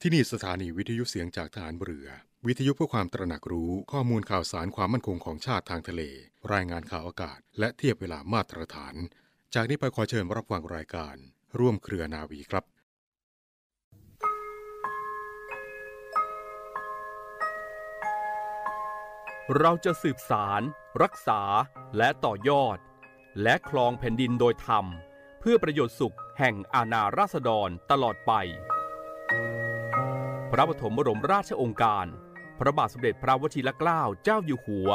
ที่นี่สถานีวิทยุเสียงจากทหารเรือวิทยุเพื่อความตระหนักรู้ข้อมูลข่าวสารความมั่นคงของชาติทางทะเลรายงานข่าวอากาศและเทียบเวลามาตรฐานจากนี้ไปขอเชิญรับฟังรายการร่วมเครือนาวีครับเราจะสืบสารรักษาและต่อยอดและครองแผ่นดินโดยธรรมเพื่อประโยชน์สุขแห่งอาณาราษฎรตลอดไปพระปฐมบรมราชโองการพระบาทสมเด็จพระวชิรเกล้าเจ้าอยู่หัว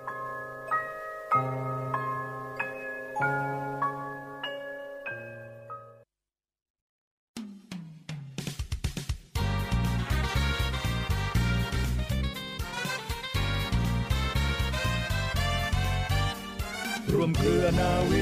ร่วมเครือนาวี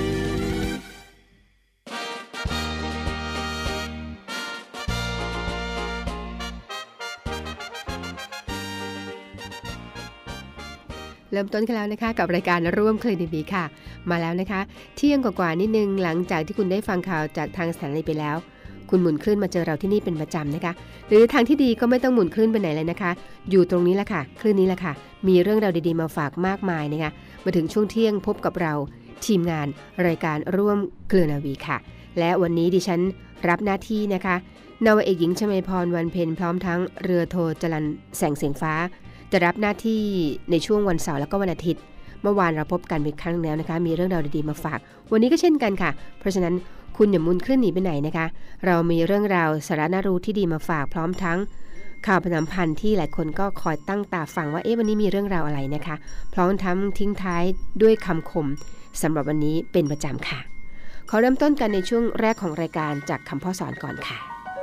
เริ่มต้นกันแล้วนะคะกับรายการร่วมเครือนาวีค่ะมาแล้วนะคะเที่ยงกว่าๆนิดนึงหลังจากที่คุณได้ฟังข่าวจากทางสถานีไปแล้วคุณหมุนคลื่นมาเจอเราที่นี่เป็นประจำนะคะหรือทางที่ดีก็ไม่ต้องหมุนคลื่นไปไหนเลยนะคะอยู่ตรงนี้แหละค่ะคลื่นนี้แหละค่ะมีเรื่องราวดีๆมาฝากมากมายนะคะมาถึงช่วงเที่ยงพบกับเราทีมงานรายการร่วมเครือนาวีค่ะและวันนี้ดิฉันรับหน้าที่นะคะนาวาเอกหญิงชมาพรวันเพ็ญพร้อมทั้งเรือโทจรัญแสงเสียงฟ้าจะรับหน้าที่ในช่วงวันเสาร์และก็วันอาทิตย์เมื่อวานเราพบกันเป็นครั้งแล้วนะคะมีเรื่องราวดีๆมาฝากวันนี้ก็เช่นกันค่ะเพราะฉะนั้นคุณอย่ามุนคลื่นหนีไปไหนนะคะเรามีเรื่องราวสาระน่ารู้ที่ดีมาฝากพร้อมทั้งข่าวประจำพันธ์ที่หลายคนก็คอยตั้งตาฟังว่าวันนี้มีเรื่องราวอะไรนะคะพร้อมทั้งทิ้งท้ายด้วยคำคมสำหรับวันนี้เป็นประจำค่ะขอเริ่มต้นกันในช่วงแรกของรายการจากคำพ่อสอนก่อนค่ะ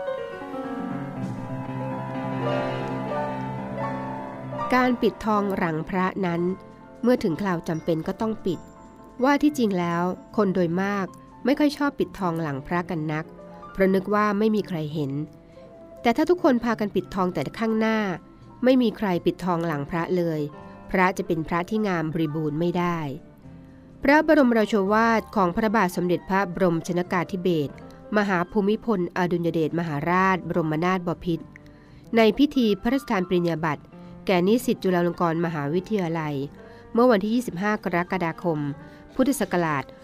การปิดทองหลังพระนั้นเมื่อถึงคราวจำเป็นก็ต้องปิดว่าที่จริงแล้วคนโดยมากไม่ค่อยชอบปิดทองหลังพระกันนักเพราะนึกว่าไม่มีใครเห็นแต่ถ้าทุกคนพากันปิดทองแต่ข้างหน้าไม่มีใครปิดทองหลังพระเลยพระจะเป็นพระที่งามบริบูรณ์ไม่ได้พระบรมราโชวาทของพระบาทสมเด็จพระบรมชนกาธิเบศรมหาภูมิพลอดุลยเดชมหาราชบรมนาถบพิตรในพิธีพระราชทานปริญญาบัตรแก่นิสิตจุฬาลงกรณ์มหาวิทยาลัยเมื่อวันที่ 25 กรกฎาคม พุทธศักราช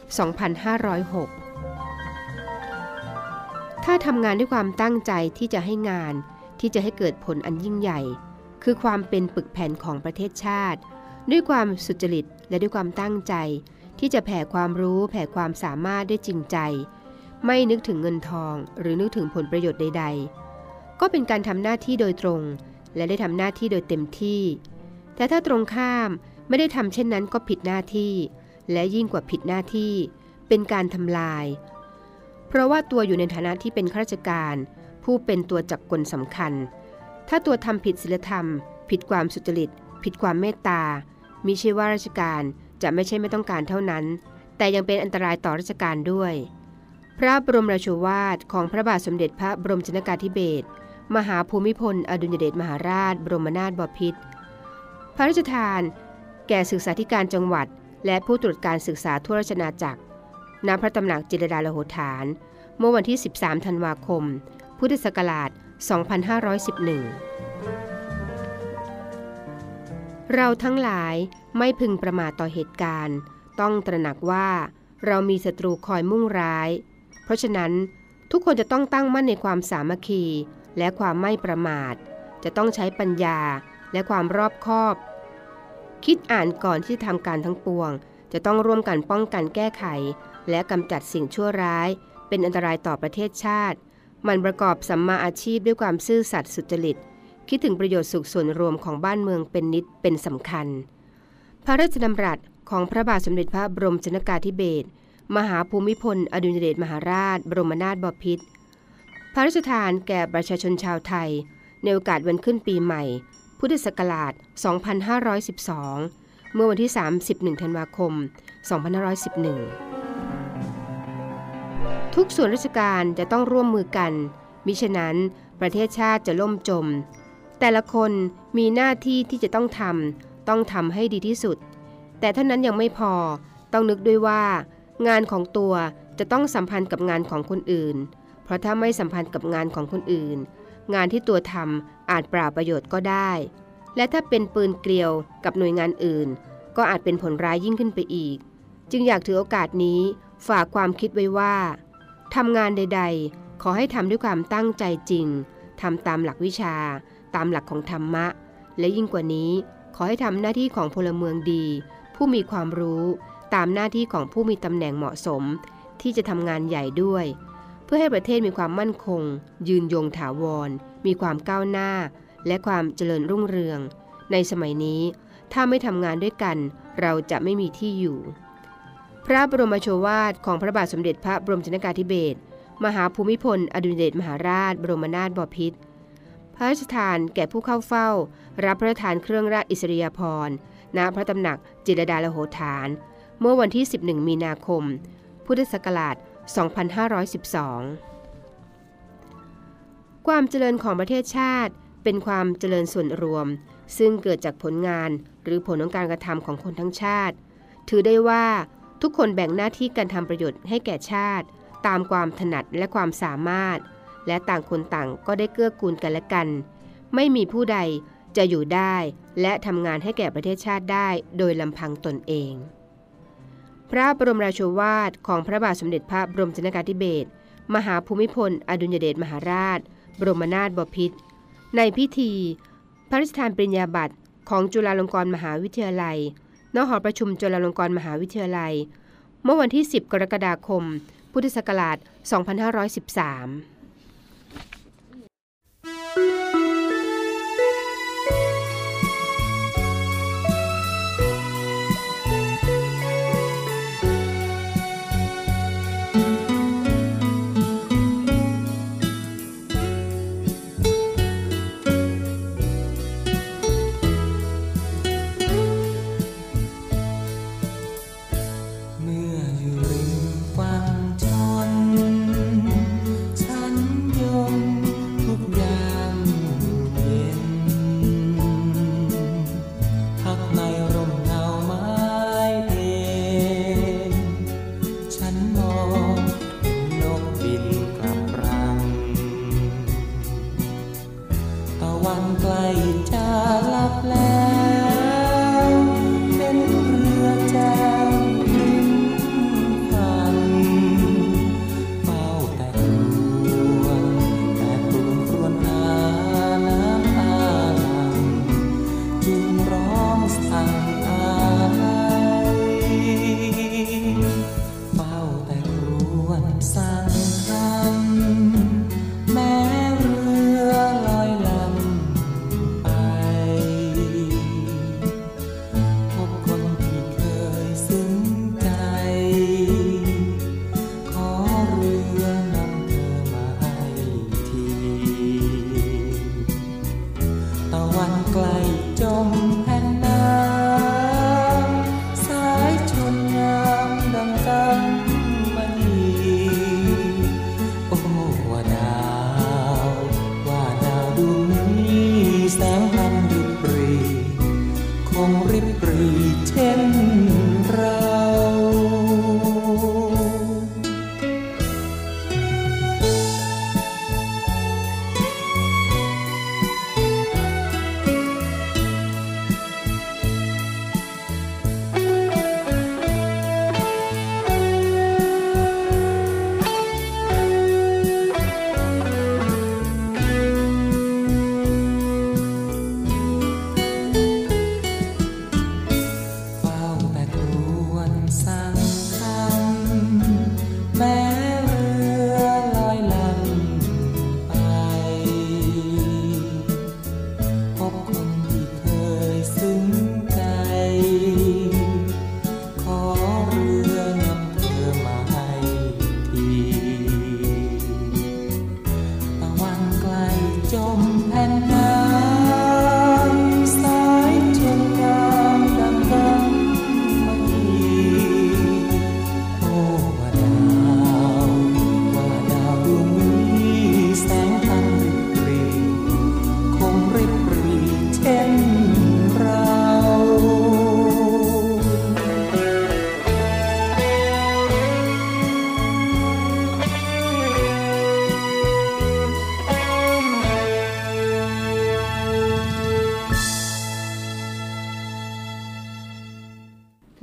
2506 ถ้าทำงานด้วยความตั้งใจที่จะให้งานที่จะให้เกิดผลอันยิ่งใหญ่คือความเป็นปึกแผ่นของประเทศชาติด้วยความสุจริตและด้วยความตั้งใจที่จะแผ่ความรู้แผ่ความสามารถได้จริงใจไม่นึกถึงเงินทองหรือนึกถึงผลประโยชน์ใดๆก็เป็นการทำหน้าที่โดยตรงและได้ทำหน้าที่โดยเต็มที่แต่ถ้าตรงข้ามไม่ได้ทำเช่นนั้นก็ผิดหน้าที่และยิ่งกว่าผิดหน้าที่เป็นการทำลายเพราะว่าตัวอยู่ในฐานะที่เป็นข้าราชการผู้เป็นตัวจักรกลสำคัญถ้าตัวทำผิดศีลธรรมผิดความสุจริตผิดความเมตตามิใช่ว่าราชการจะไม่ใช่ไม่ต้องการเท่านั้นแต่ยังเป็นอันตรายต่อราชการด้วยพระบรมราโชวาทของพระบาทสมเด็จพระบรมชนกาธิเบศรมหาภูมิพลอดุลยเดชมหาราชบรมนาถบพิตรพระราชทานแก่ศึกษาธิการจังหวัดและผู้ตรวจการศึกษาทั่วราชอาณาจักรณพระตำหนักจิตรลดาลโหฐานเมื่อวันที่ 13 ธันวาคม พุทธศักราช 2511 เราทั้งหลายไม่พึงประมาทต่อเหตุการณ์ต้องตระหนักว่าเรามีศัตรูคอยมุ่งร้ายเพราะฉะนั้นทุกคนจะต้องตั้งมั่นในความสามัคคีและความไม่ประมาทจะต้องใช้ปัญญาและความรอบคอบคิดอ่านก่อนที่จะทำการทั้งปวงจะต้องร่วมกันป้องกันแก้ไขและกำจัดสิ่งชั่วร้ายเป็นอันตรายต่อประเทศชาติมันประกอบสัมมาอาชีพด้วยความซื่อสัตย์สุจริตคิดถึงประโยชน์สุขส่วนรวมของบ้านเมืองเป็นนิจเป็นสำคัญพระราชดำรัสของพระบาทสมเด็จพระบรมชนกาธิเบศรมหาภูมิพลอดุลยเดชมหาราชบรมนาถบพิตรพระราชทานแก่ประชาชนชาวไทยในโอกาสวันขึ้นปีใหม่พุทธศักราช 2512 เมื่อวันที่ 31 ธันวาคม 2511 ทุกส่วนราชการจะต้องร่วมมือกันมิฉะนั้นประเทศชาติจะล่มจมแต่ละคนมีหน้าที่ที่จะต้องทำให้ดีที่สุดแต่เท่านั้นยังไม่พอต้องนึกด้วยว่างานของตัวจะต้องสัมพันธ์กับงานของคนอื่นเพราะถ้าไม่สัมพันธ์กับงานของคนอื่นงานที่ตัวทำอาจเปล่าประโยชน์ก็ได้และถ้าเป็นปืนเกลียวกับหน่วยงานอื่นก็อาจเป็นผลร้ายยิ่งขึ้นไปอีกจึงอยากถือโอกาสนี้ฝากความคิดไว้ว่าทำงานใดๆขอให้ทำด้วยความตั้งใจจริงทำตามหลักวิชาตามหลักของธรรมะและยิ่งกว่านี้ขอให้ทำหน้าที่ของพลเมืองดีผู้มีความรู้ตามหน้าที่ของผู้มีตำแหน่งเหมาะสมที่จะทำงานใหญ่ด้วยเพื่อให้ประเทศมีความมั่นคงยืนยงถาวรมีความก้าวหน้าและความเจริญรุ่งเรืองในสมัยนี้ถ้าไม่ทำงานด้วยกันเราจะไม่มีที่อยู่พระบรมโชวาทของพระบาทสมเด็จพระบรมชนกาธิเบศรมหาภูมิพลอดุลยเดชมหาราชบรมนาถบพิตรพระราชทานแก่ผู้เข้าเฝ้ารับพระราชทานเครื่องราชอิสริยาภรณ์ณพระตำหนักจิตรลดาลโหฐานเมื่อวันที่11มีนาคมพุทธศักราช2512ความเจริญของประเทศชาติเป็นความเจริญส่วนรวมซึ่งเกิดจากผลงานหรือผลของการกระทำของคนทั้งชาติถือได้ว่าทุกคนแบ่งหน้าที่การทำประโยชน์ให้แก่ชาติตามความถนัดและความสามารถและต่างคนต่างก็ได้เกื้อกูลกันและกันไม่มีผู้ใดจะอยู่ได้และทำงานให้แก่ประเทศชาติได้โดยลำพังตนเองพระบรมราโชวาทของพระบาทสมเด็จพระบรมชนกาธิเบศรมหาภูมิพลอดุลยเดชมหาราชบรมนาถบพิตรในพิธีพระราชทานปริญญาบัตรของจุฬาลงกรณ์มหาวิทยาลัยณหอประชุมจุฬาลงกรณ์มหาวิทยาลัยเมื่อวันที่10กรกฎาคมพุทธศักราช2513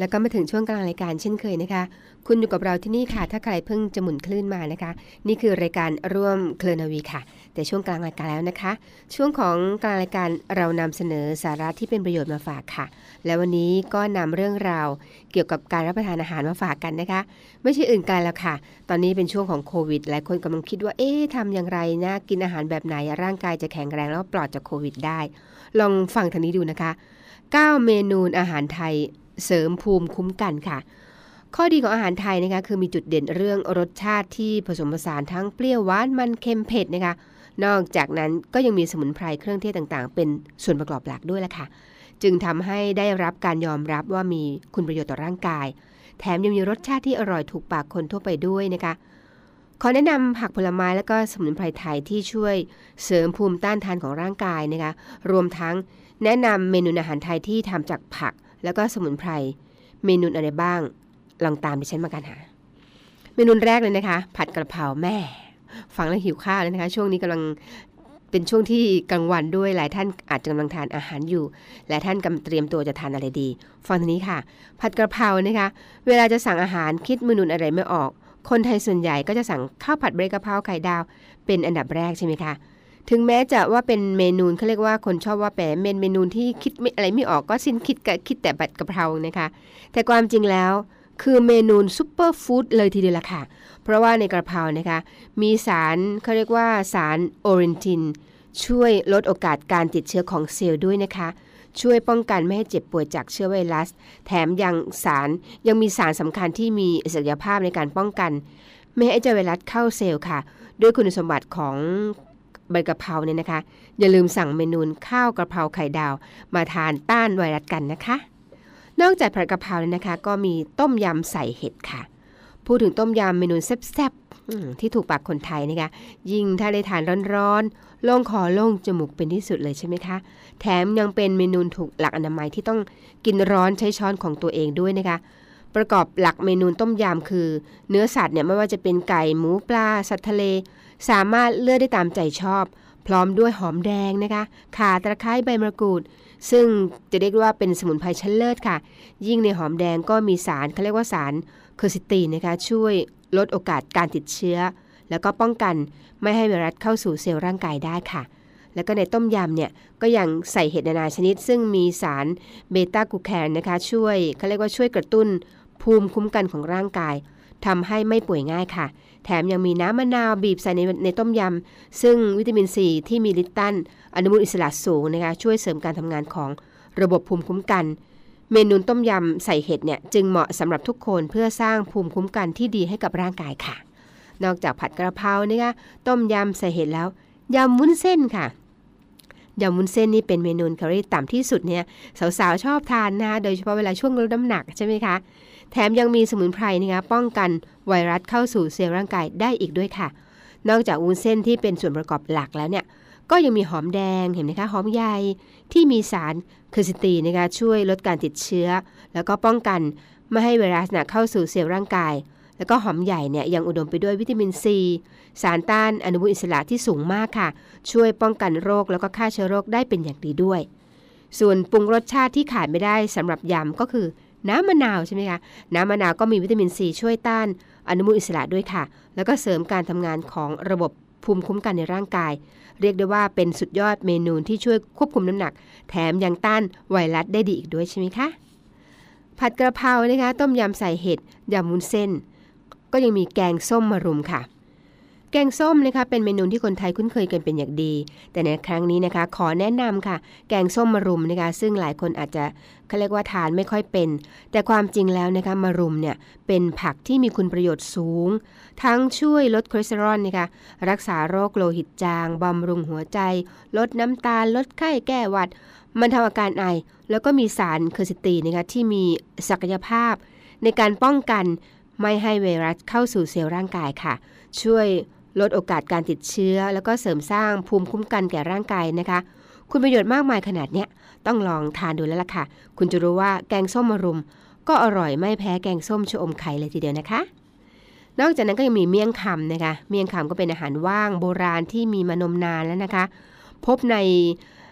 แล้วก็มาถึงช่วงกลางรายการเช่นเคยนะคะคุณอยู่กับเราที่นี่ค่ะถ้าใครเพิ่งจะหมุนคลื่นมานะคะนี่คือรายการร่วมเครือนาวีค่ะแต่ช่วงกลางรายการแล้วนะคะช่วงของกลางรายการเรานำเสนอสาระที่เป็นประโยชน์มาฝากค่ะและวันนี้ก็นำเรื่องราวเกี่ยวกับการรับประทานอาหารมาฝากกันนะคะไม่ใช่อื่นไกลแล้วค่ะตอนนี้เป็นช่วงของโควิดหลายคนกำลังคิดว่าทำอย่างไรนะกินอาหารแบบไหนร่างกายจะแข็งแรงแล้วปลอดจากโควิดได้ลองฟังทางนี้ดูนะคะ9เมนูอาหารไทยเสริมภูมิคุ้มกันค่ะข้อดีของอาหารไทยนะคะคือมีจุดเด่นเรื่องรสชาติที่ผสมผสานทั้งเปรี้ยวหวานมันเค็มเผ็ดนะคะนอกจากนั้นก็ยังมีสมุนไพรเครื่องเทศต่างๆเป็นส่วนประกอบหลักด้วยล่ะค่ะจึงทำให้ได้รับการยอมรับว่ามีคุณประโยชน์ต่อร่างกายแถมยังมีรสชาติที่อร่อยถูกปากคนทั่วไปด้วยนะคะขอแนะนำผักผลไม้และก็สมุนไพรไทยที่ช่วยเสริมภูมิต้านทานของร่างกายนะคะรวมทั้งแนะนำเมนูอาหารไทยที่ทำจากผักแล้วก็สมุนไพรเมนูอะไรบ้างลองตามดิฉันมากันค่ะเมนูแรกเลยนะคะผัดกระเพราแม่ฟังแล้วหิวข้าวเลยนะคะช่วงนี้กำลังเป็นช่วงที่กลางวันด้วยหลายท่านอาจจะกำลังทานอาหารอยู่และท่านกำลังเตรียมตัวจะทานอะไรดีฟังทีนี้ค่ะผัดกระเพรานะคะเวลาจะสั่งอาหารคิดเมนูอะไรไม่ออกคนไทยส่วนใหญ่ก็จะสั่งข้าวผัดใบกะเพราไข่ดาวเป็นอันดับแรกใช่ไหมคะถึงแม้จะว่าเป็นเมนูเขาเรียกว่าคนชอบว่าเป็นเมนูที่คิดอะไรไม่ออกก็สิ้นคิดแต่ผัดกะเพรานะคะแต่ความจริงแล้วคือเมนูซุปเปอร์ฟู้ดเลยทีเดียวละค่ะเพราะว่าในกระเพรานะคะมีสารเขาเรียกว่าสารโอเรนทินช่วยลดโอกาสการติดเชื้อของเซลล์ด้วยนะคะช่วยป้องกันไม่ให้เจ็บป่วยจากเชื้อไวรัสแถมยังมีสารสำคัญที่มีศักยภาพในการป้องกันไม่ให้เจ้าไวรัสเข้าเซลล์ค่ะด้วยคุณสมบัติของใบกะเพราเนี่ยนะคะอย่าลืมสั่งเมนูข้าวกระเพราไข่ดาวมาทานต้านไวรัสกันนะคะนอกจากผัดกะเพราเนี่ยนะคะก็มีต้มยำใส่เห็ดค่ะพูดถึงต้มยำเมนูแซ่บๆที่ถูกปากคนไทยนะคะยิ่งถ้าได้ทานร้อนๆโล่งคอโล่งจมูกเป็นที่สุดเลยใช่ไหมคะแถมยังเป็นเมนูถูกหลักอนามัยที่ต้องกินร้อนใช้ช้อนของตัวเองด้วยนะคะประกอบหลักเมนูต้มยำคือเนื้อสัตว์เนี่ยไม่ว่าจะเป็นไก่หมูปลาสัตว์ทะเลสามารถเลือกได้ตามใจชอบพร้อมด้วยหอมแดงนะคะข่าตะไคร้ใบมะกรูดซึ่งจะเรียกว่าเป็นสมุนไพรชั้นเลิศค่ะยิ่งในหอมแดงก็มีสารเขาเรียกว่าสารเคอร์ซิตีนนะคะช่วยลดโอกาสการติดเชื้อแล้วก็ป้องกันไม่ให้ไวรัสเข้าสู่เซลล์ร่างกายได้ค่ะแล้วก็ในต้มยำเนี่ยก็ยังใส่เห็ดนานาชนิดซึ่งมีสารเบต้ากลูแคนนะคะช่วยเขาเรียกว่าช่วยกระตุ้นภูมิคุ้มกันของร่างกายทำให้ไม่ป่วยง่ายค่ะแถมยังมีน้ำมะนาวบีบใส่ในต้มยำซึ่งวิตามินซีที่มีฤทธิ์ต้านอนุมูลอิสระสูงนะคะช่วยเสริมการทำงานของระบบภูมิคุ้มกันเมนูต้มยำใส่เห็ดเนี่ยจึงเหมาะสำหรับทุกคนเพื่อสร้างภูมิคุ้มกันที่ดีให้กับร่างกายค่ะนอกจากผัดกระเพรานะคะต้มยำใส่เห็ดแล้วยำวุ้นเส้นค่ะยำวุ้นเส้นนี่เป็นเมนูแคลอรี่ต่ำที่สุดเนี่ยสาวๆชอบทานนะคะโดยเฉพาะเวลาช่วงลดน้ำหนักใช่ไหมคะแถมยังมีสมุนไพรนะคะป้องกันไวรัสเข้าสู่เซลล์ร่างกายได้อีกด้วยค่ะนอกจากวุ้นเส้นที่เป็นส่วนประกอบหลักแล้วเนี่ยก็ยังมีหอมแดงเห็นไหมคะหอมใหญ่ที่มีสารเคอร์ซิตีนนะคะช่วยลดการติดเชื้อแล้วก็ป้องกันไม่ให้ไวรัสเข้าสู่เซลล์ร่างกายแล้วก็หอมใหญ่เนี่ยยังอุดมไปด้วยวิตามินซีสารต้านอนุมูลอิสระที่สูงมากค่ะช่วยป้องกันโรคแล้วก็ฆ่าเชื้อโรคได้เป็นอย่างดีด้วยส่วนปรุงรสชาติที่ขาดไม่ได้สำหรับยำก็คือน้ำมะนาวใช่ไหมคะน้ำมะนาวก็มีวิตามินซีช่วยต้านอนุมูลอิสระด้วยค่ะแล้วก็เสริมการทำงานของระบบภูมิคุ้มกันในร่างกายเรียกได้ว่าเป็นสุดยอดเมนูที่ช่วยควบคุมน้ำหนักแถมยังต้านไวรัสได้ดีอีกด้วยใช่ไหมคะผัดกระเพรานะคะต้มยำใส่เห็ดยำวุ้นเส้นก็ยังมีแกงส้มมะรุมค่ะแกงส้มนะคะเป็นเมนูที่คนไทยคุ้นเคยกันเป็นอย่างดีแต่ในครั้งนี้นะคะขอแนะนำค่ะแกงส้มมะรุมนะคะซึ่งหลายคนอาจจะเขาเรียกว่าทานไม่ค่อยเป็นแต่ความจริงแล้วนะคะมะรุมเนี่ยเป็นผักที่มีคุณประโยชน์สูงทั้งช่วยลดคอเลสเตอรอลนะคะรักษาโรคโลหิตจางบำรุงหัวใจลดน้ำตาลลดไข้แก้หวัดบรรเทาอาการไอแล้วก็มีสารเคอร์ซิตีนนะคะที่มีศักยภาพในการป้องกันไม่ให้ไวรัสเข้าสู่เซลล์ร่างกายค่ะช่วยลดโอกาสการติดเชื้อแล้วก็เสริมสร้างภูมิคุ้มกันแก่ร่างกายนะคะคุณประโยชน์มากมายขนาดเนี้ยต้องลองทานดูแล้วล่ะค่ะคุณจะรู้ว่าแกงส้มมะรุมก็อร่อยไม่แพ้แกงส้มชะอมไข่เลยทีเดียวนะคะนอกจากนั้นก็ยังมีเมี่ยงคำนะคะเมี่ยงคำก็เป็นอาหารว่างโบราณที่มีมานมนานแล้วนะคะพบใน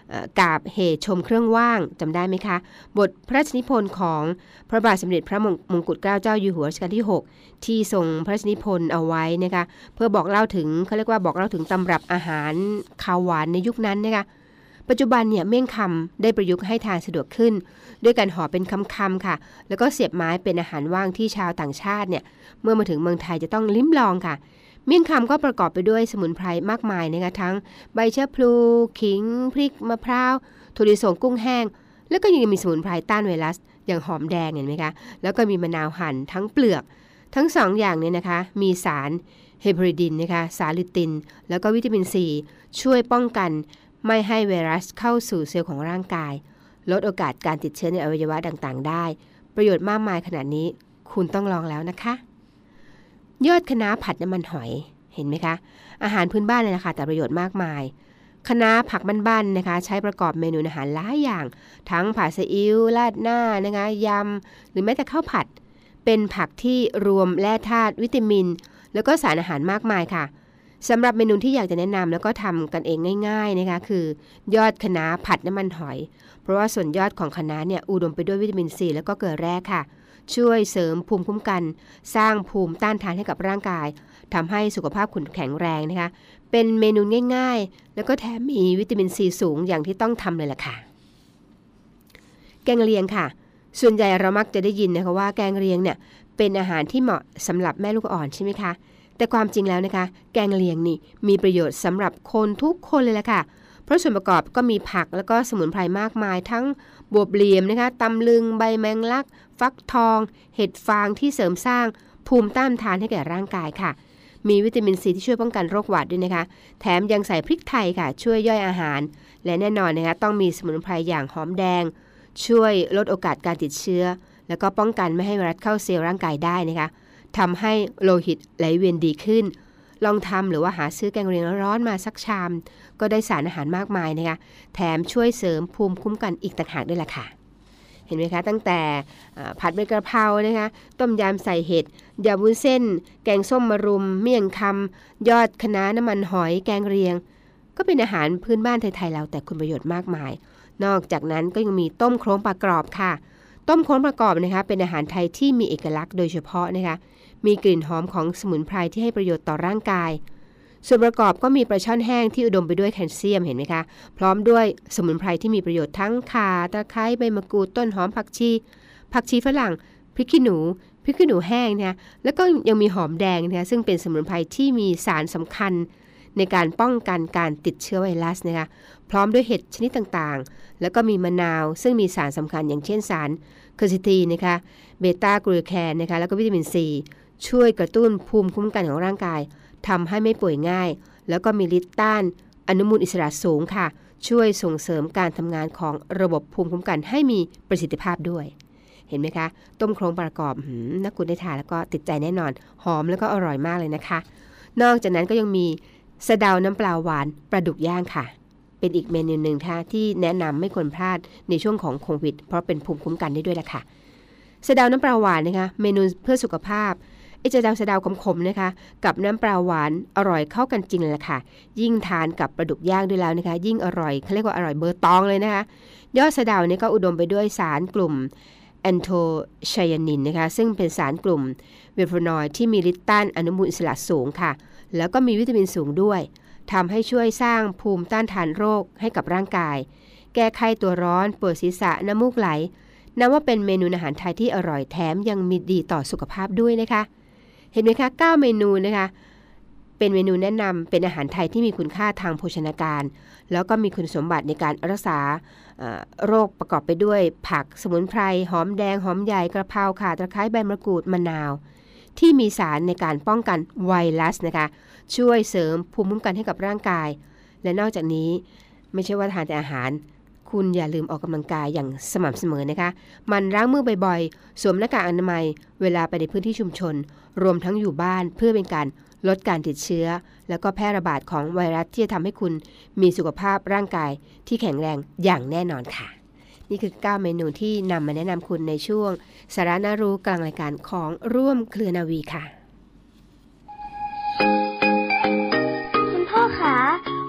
กาบเหชมเครื่องว่างจำได้ไหมคะบทพระราชนิพนธ์ของพระบาทสมเด็จพระมงกุฎเกล้าเจ้าอยู่หัวรัชกาลที่6ที่ทรงพระราชนิพนธ์เอาไว้นะคะเพื่อบอกเล่าถึงเขาเรียกว่าบอกเล่าถึงตำรับอาหารคาวหวานในยุคนั้นนะคะปัจจุบันเนี่ยเมี่ยงคำได้ประยุกต์ให้ทานสะดวกขึ้นด้วยการห่อเป็นคำๆค่ะแล้วก็เสียบไม้เป็นอาหารว่างที่ชาวต่างชาติเนี่ยเมื่อมาถึงเมืองไทยจะต้องลิ้มลองค่ะเมี่ยงคำก็ประกอบไปด้วยสมุนไพรมากมายนะคะทั้งใบชะพลูขิงพริกมะพร้าวถั่วลิสงกุ้งแห้งแล้วก็ยังมีสมุนไพรต้านไวรัสอย่างหอมแดงเห็นไหมคะแล้วก็มีมะนาวหั่นทั้งเปลือกทั้งสองอย่างเนี่ยนะคะมีสารเฮปาริดินนะคะสารลิตินแล้วก็วิตามินซีช่วยป้องกันไม่ให้ไวรัสเข้าสู่เซลล์ของร่างกายลดโอกาสการติดเชื้อในอวัยวะต่างๆได้ประโยชน์มากมายขนาดนี้คุณต้องลองแล้วนะคะยอดคะน้าผัดน้ำมันหอยเห็นไหมคะอาหารพื้นบ้านเลยนะคะแต่ประโยชน์มากมายคะน้าผักบ้านๆนะคะใช้ประกอบเมนูอาหารหลายอย่างทั้งผัดซีอิ๊วราดหน้านะคะยำหรือแม้แต่ข้าวผัดเป็นผักที่รวมแร่ธาตุวิตามินแล้วก็สารอาหารมากมายค่ะสำหรับเมนูที่อยากจะแนะนำแล้วก็ทำกันเองง่ายๆนะคะคือยอดคะน้าผัดน้ำมันหอยเพราะว่าส่วนยอดของคะน้าเนี่ยอุดมไปด้วยวิตามินซีแล้วก็เกลือแร่ค่ะช่วยเสริมภูมิคุ้มกันสร้างภูมิต้านทานให้กับร่างกายทำให้สุขภาพคุณแข็งแรงนะคะเป็นเมนูง่ายๆแล้วก็แถมมีวิตามินซีสูงอย่างที่ต้องทำเลยล่ะค่ะแกงเลียงค่ะส่วนใหญ่เรามักจะได้ยินนะคะว่าแกงเลียงเนี่ยเป็นอาหารที่เหมาะสำหรับแม่ลูกอ่อนใช่ไหมคะแต่ความจริงแล้วนะคะแกงเลียงนี่มีประโยชน์สำหรับคนทุกคนเลยล่ะค่ะเพราะส่วนประกอบก็มีผักแล้วก็สมุนไพรมากมายทั้งบวบเหลี่ยมนะคะตำลึงใบแมงลักฟักทองเห็ดฟางที่เสริมสร้างภูมิต้านทานให้แก่ร่างกายค่ะมีวิตามินซีที่ช่วยป้องกันโรคหวัดด้วยนะคะแถมยังใส่พริกไทยค่ะช่วยย่อยอาหารและแน่นอนนะคะต้องมีสมุนไพรอย่างหอมแดงช่วยลดโอกาสการติดเชื้อแล้วก็ป้องกันไม่ให้ไวรัสเข้าเซลล์ร่างกายได้นะคะทำให้โลหิตไหลเวียนดีขึ้นลองทำหรือว่าหาซื้อแกงเลียงร้อนๆมาสักชามก็ได้สารอาหารมากมายนะคะแถมช่วยเสริมภูมิคุ้มกันอีกต่างหากด้วยล่ะค่ะเห็นไหมคะตั้งแต่ผัดใบกระเพรานะคะต้มยำใส่เห็ดยำวุ้นเส้นแกงส้มมะรุมเมี่ยงคำยอดคะน้าน้ำมันหอยแกงเลียงก็เป็นอาหารพื้นบ้านไทยๆเราแต่คุณประโยชน์มากมายนอกจากนั้นก็ยังมีต้มโครงปลากรอบค่ะต้มโครงปลากรอบนะคะเป็นอาหารไทยที่มีเอกลักษณ์โดยเฉพาะนะคะมีกลิ่นหอมของสมุนไพรที่ให้ประโยชน์ต่อร่างกายส่วนประกอบก็มีปลาช่อนแห้งที่อุดมไปด้วยแคลเซียมเห็นไหมคะพร้อมด้วยสมุนไพรที่มีประโยชน์ทั้งข่าตะไคร้ใบมะกรูดต้นหอมผักชีฝรั่งพริกขี้หนูแห้งนะคะแล้วก็ยังมีหอมแดงนะคะซึ่งเป็นสมุนไพรที่มีสารสำคัญในการป้องกันการติดเชื้อไวรัสนะคะพร้อมด้วยเห็ดชนิดต่างๆแล้วก็มีมะนาวซึ่งมีสารสำคัญอย่างเช่นสารเคอร์ซิทีนนะคะเบต้ากลูแคนนะคะแล้วก็วิตามินซีช่วยกระตุ้นภูมิคุ้มกันของร่างกายทำให้ไม่ป่วยง่ายแล้วก็มีฤทธิ์ต้านอนุมูลอิสระสูงค่ะช่วยส่งเสริมการทำงานของระบบภูมิคุ้มกันให้มีประสิทธิภาพด้วยเห็นไหมคะต้มโครงประกอบนักคุณได้ทานแล้วก็ติดใจแน่นอนหอมแล้วก็อร่อยมากเลยนะคะนอกจากนั้นก็ยังมีสะเดาน้ำปลาหวานปลาดุกย่างค่ะเป็นอีกเมนูหนึ่งที่แนะนำไม่ควรพลาดในช่วงของโควิดเพราะเป็นภูมิคุ้มกันได้ด้วยละค่ะสะเดาน้ำปลาหวานนะคะเมนูเพื่อสุขภาพสะเดาขมๆนะคะกับน้ำปลาหวานอร่อยเข้ากันจริงเลยล่ะค่ะยิ่งทานกับปลาดุกย่างด้วยแล้วนะคะยิ่งอร่อยเขาเรียกว่าอร่อยเบอร์ตองเลยนะคะยอดสะเดาเนี่ยก็อุดมไปด้วยสารกลุ่มแอนโทไชยานินนะคะซึ่งเป็นสารกลุ่มเวฟโนอยด์ที่มีฤทธิ์ต้านอนุมูลอิสระสูงค่ะแล้วก็มีวิตามินสูงด้วยทำให้ช่วยสร้างภูมิต้านทานโรคให้กับร่างกายแก้ไข้ตัวร้อนปวดศีรษะน้ำมูกไหลนับว่าเป็นเมนูอาหารไทยที่อร่อยแถมยังมีดีต่อสุขภาพด้วยนะคะเห็นไหมคะ9เมนูนะคะเป็นเมนูแนะนำเป็นอาหารไทยที่มีคุณค่าทางโภชนาการแล้วก็มีคุณสมบัติในการรักษาโรคประกอบไปด้วยผักสมุนไพรหอมแดงหอมใหญ่กระเพราข่าตะไคร้ใบมะกรูดมะนาวที่มีสารในการป้องกันไวรัสนะคะช่วยเสริมภูมิคุ้มกันให้กับร่างกายและนอกจากนี้ไม่ใช่ว่าทานแต่อาหารคุณอย่าลืมออกกำลังกายอย่างสม่ำเสมอนะคะมันล้างมือบ่อยๆสวมหน้ากากอนามัยเวลาไปในพื้นที่ชุมชนรวมทั้งอยู่บ้านเพื่อเป็นการลดการติดเชื้อแล้วก็แพร่ระบาดของไวรัสที่จะทำให้คุณมีสุขภาพร่างกายที่แข็งแรงอย่างแน่นอนค่ะนี่คือ9เมนูที่นำมาแนะนำคุณในช่วงสาระน่ารู้กลางรายการของร่วมเครือนาวีค่ะคุณพ่อคะ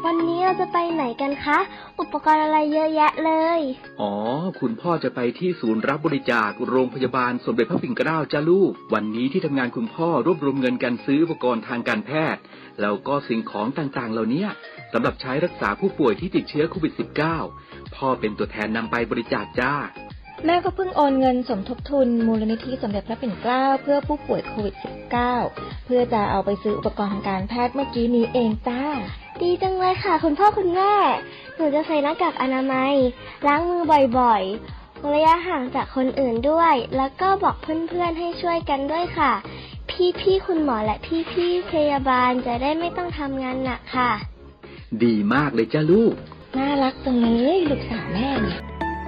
วันนี้เราจะไปไหนกันคะอุปกรณ์อะไรเยอะแยะเลยอ๋อคุณพ่อจะไปที่ศูนย์รับบริจาคโรงพยาบาลสมเด็จพระปิ่นเกล้าจ้าลูกวันนี้ที่ทำงานคุณพ่อรวบรวมเงินกันซื้ออุปกรณ์ทางการแพทย์แล้วก็สิ่งของต่างๆเหล่านี้สำหรับใช้รักษาผู้ป่วยที่ติดเชื้อโควิด -19 พ่อเป็นตัวแทนนำไปบริจาคจ้าแม่ก็เพิ่งโอนเงินสมทบทุนมูลนิธิสมเด็จพระปิ่นเกล้าเพื่อผู้ป่วยโควิด -19 เพื่อจะเอาไปซื้ออุปกรณ์ทางการแพทย์เมื่อกี้นี้เองจ้าดีจังเลยค่ะคุณพ่อคุณแม่หนูจะใส่หน้ากากอนามัยล้างมือบ่อยๆระยะห่างจากคนอื่นด้วยแล้วก็บอกเพื่อนๆให้ช่วยกันด้วยค่ะพี่ๆคุณหมอและพี่ๆพยาบาลจะได้ไม่ต้องทำงานหนักค่ะดีมากเลยจ้าลูกน่ารักจังเลยลูกสาวแม่เนี่ย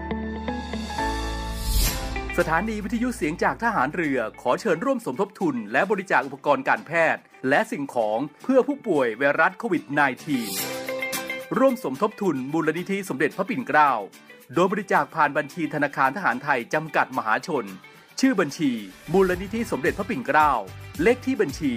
สถานีวิทยุเสียงจากทหารเรือขอเชิญร่วมสมทบทุนและบริจาคอุปกรณ์การแพทย์และสิ่งของเพื่อผู้ป่วยไวรัสโควิด -19 ร่วมสมทบทุนมูลนิธิสมเด็จพระปิ่นเกล้าโดยบริจาคผ่านบัญชีธนาคารทหารไทยจำกัดมหาชนชื่อบัญชีมูลนิธิสมเด็จพระปิ่นเกล้าเลขที่บัญชี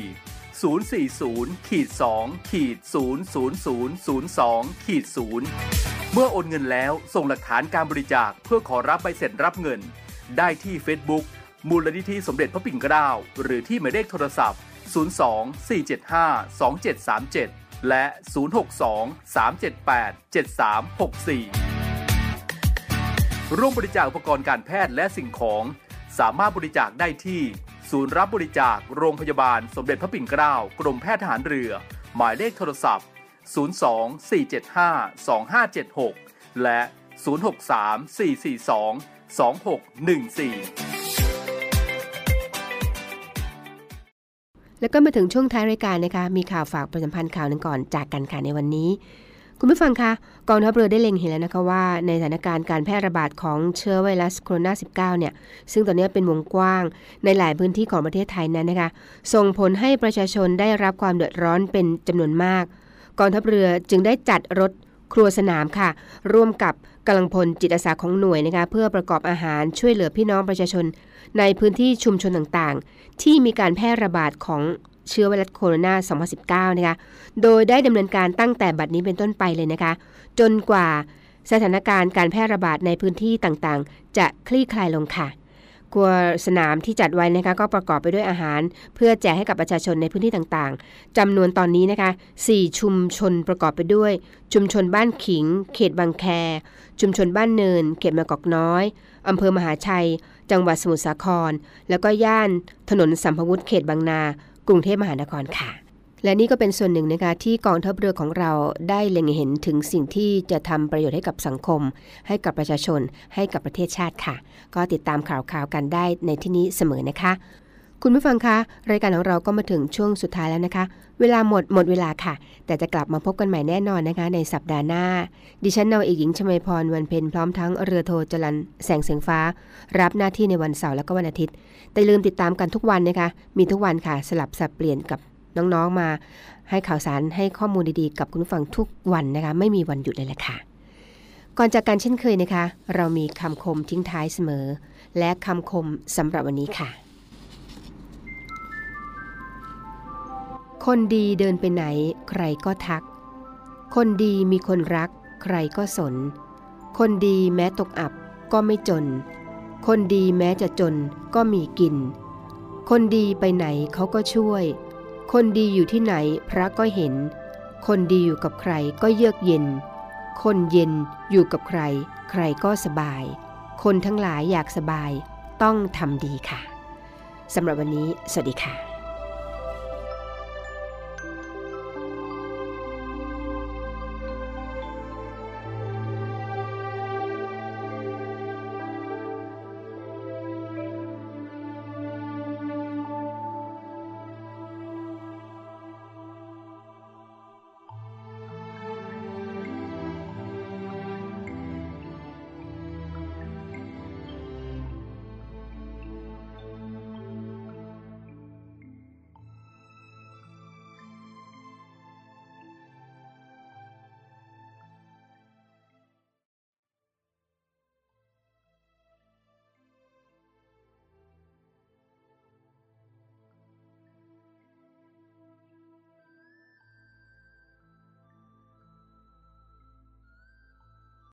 040-2000002-0 เมื่อโอนเงินแล้วส่งหลักฐานการบริจาคเพื่อขอรับใบเสร็จรับเงินได้ที่ Facebook มูลนิธิสมเด็จพระปิ่นเกล้าหรือที่หมายเลขโทรศัพท์ 02-475-2737 และ 062-378-7364 ร่วมบริจาคอุปกรณ์การแพทย์และสิ่งของสามารถบริจาคได้ที่ศูนย์รับบริจาคโรงพยาบาลสมเด็จพระปิ่นเกล้ากรมแพทย์ทหารเรือหมายเลขโทรศัพท์ 02-475-2576 และ 063-442-2614 แล้วก็มาถึงช่วงท้ายรายการนะคะมีข่าวฝากประชาสัมพันธ์ข่าวหนึ่งก่อนจากกันค่ะในวันนี้คุณผู้ฟังคะกองทัพเรือได้เล็งเห็นแล้วนะคะว่าในสถานการณ์การแพร่ระบาดของเชื้อไวรัสโคโรนา 19 เนี่ยซึ่งตอนนี้เป็นวงกว้างในหลายพื้นที่ของประเทศไทยนั้นนะคะส่งผลให้ประชาชนได้รับความเดือดร้อนเป็นจำนวนมากกองทัพเรือจึงได้จัดรถครัวสนามค่ะร่วมกับกำลังพลจิตอาสาของหน่วยนะคะเพื่อประกอบอาหารช่วยเหลือพี่น้องประชาชนในพื้นที่ชุมชนต่างๆที่มีการแพร่ระบาดของเชื้อไวรัสโคโรนา 2019 นะคะโดยได้ดำเนินการตั้งแต่บัดนี้เป็นต้นไปเลยนะคะจนกว่าสถานการณ์การแพร่ระบาดในพื้นที่ต่างๆจะคลี่คลายลงค่ะครัวสนามที่จัดไว้นะคะก็ประกอบไปด้วยอาหารเพื่อแจกให้กับประชาชนในพื้นที่ต่างๆจำนวนตอนนี้นะคะ4ชุมชนประกอบไปด้วยชุมชนบ้านขิงเขตบางแคชุมชนบ้านเนินเขตมะกอกน้อยอำเภอมหาชัยจังหวัดสมุทรสาครแล้วก็ย่านถนนสัมภวุฒิเขตบางนากรุงเทพมหานครค่ะและนี่ก็เป็นส่วนหนึ่งนะคะที่กองทัพเรือของเราได้เล็งเห็นถึงสิ่งที่จะทำประโยชน์ให้กับสังคมให้กับประชาชนให้กับประเทศชาติค่ะก็ติดตามข่าวกันได้ในที่นี้เสมอนะคะคุณผู้ฟังคะรายการของเราก็มาถึงช่วงสุดท้ายแล้วนะคะเวลาหมดเวลาค่ะแต่จะกลับมาพบกันใหม่แน่นอนนะคะในสัปดาห์หน้าดิฉันนาวเอกหญิงชมาพรวันเพ็ญพร้อมทั้งเรือโทจรัญแสงเสียงฟ้ารับหน้าที่ในวันเสาร์และก็วันอาทิตย์แต่ลืมติดตามกันทุกวันนะคะมีทุกวันค่ะสลับสับเปลี่ยนกับน้องๆมาให้ข่าวสารให้ข้อมูลดีๆกับคุณผู้ฟังทุกวันนะคะไม่มีวันหยุดเลยแหละค่ะก่อนจากกันเช่นเคยนะคะเรามีคำคมทิ้งท้ายเสมอและคำคมสำหรับวันนี้ค่ะคนดีเดินไปไหนใครก็ทักคนดีมีคนรักใครก็สนคนดีแม้ตกอับก็ไม่จนคนดีแม้จะจนก็มีกินคนดีไปไหนเขาก็ช่วยคนดีอยู่ที่ไหนพระก็เห็นคนดีอยู่กับใครก็เยือกเย็นคนเย็นอยู่กับใครใครก็สบายคนทั้งหลายอยากสบายต้องทำดีค่ะสำหรับวันนี้สวัสดีค่ะ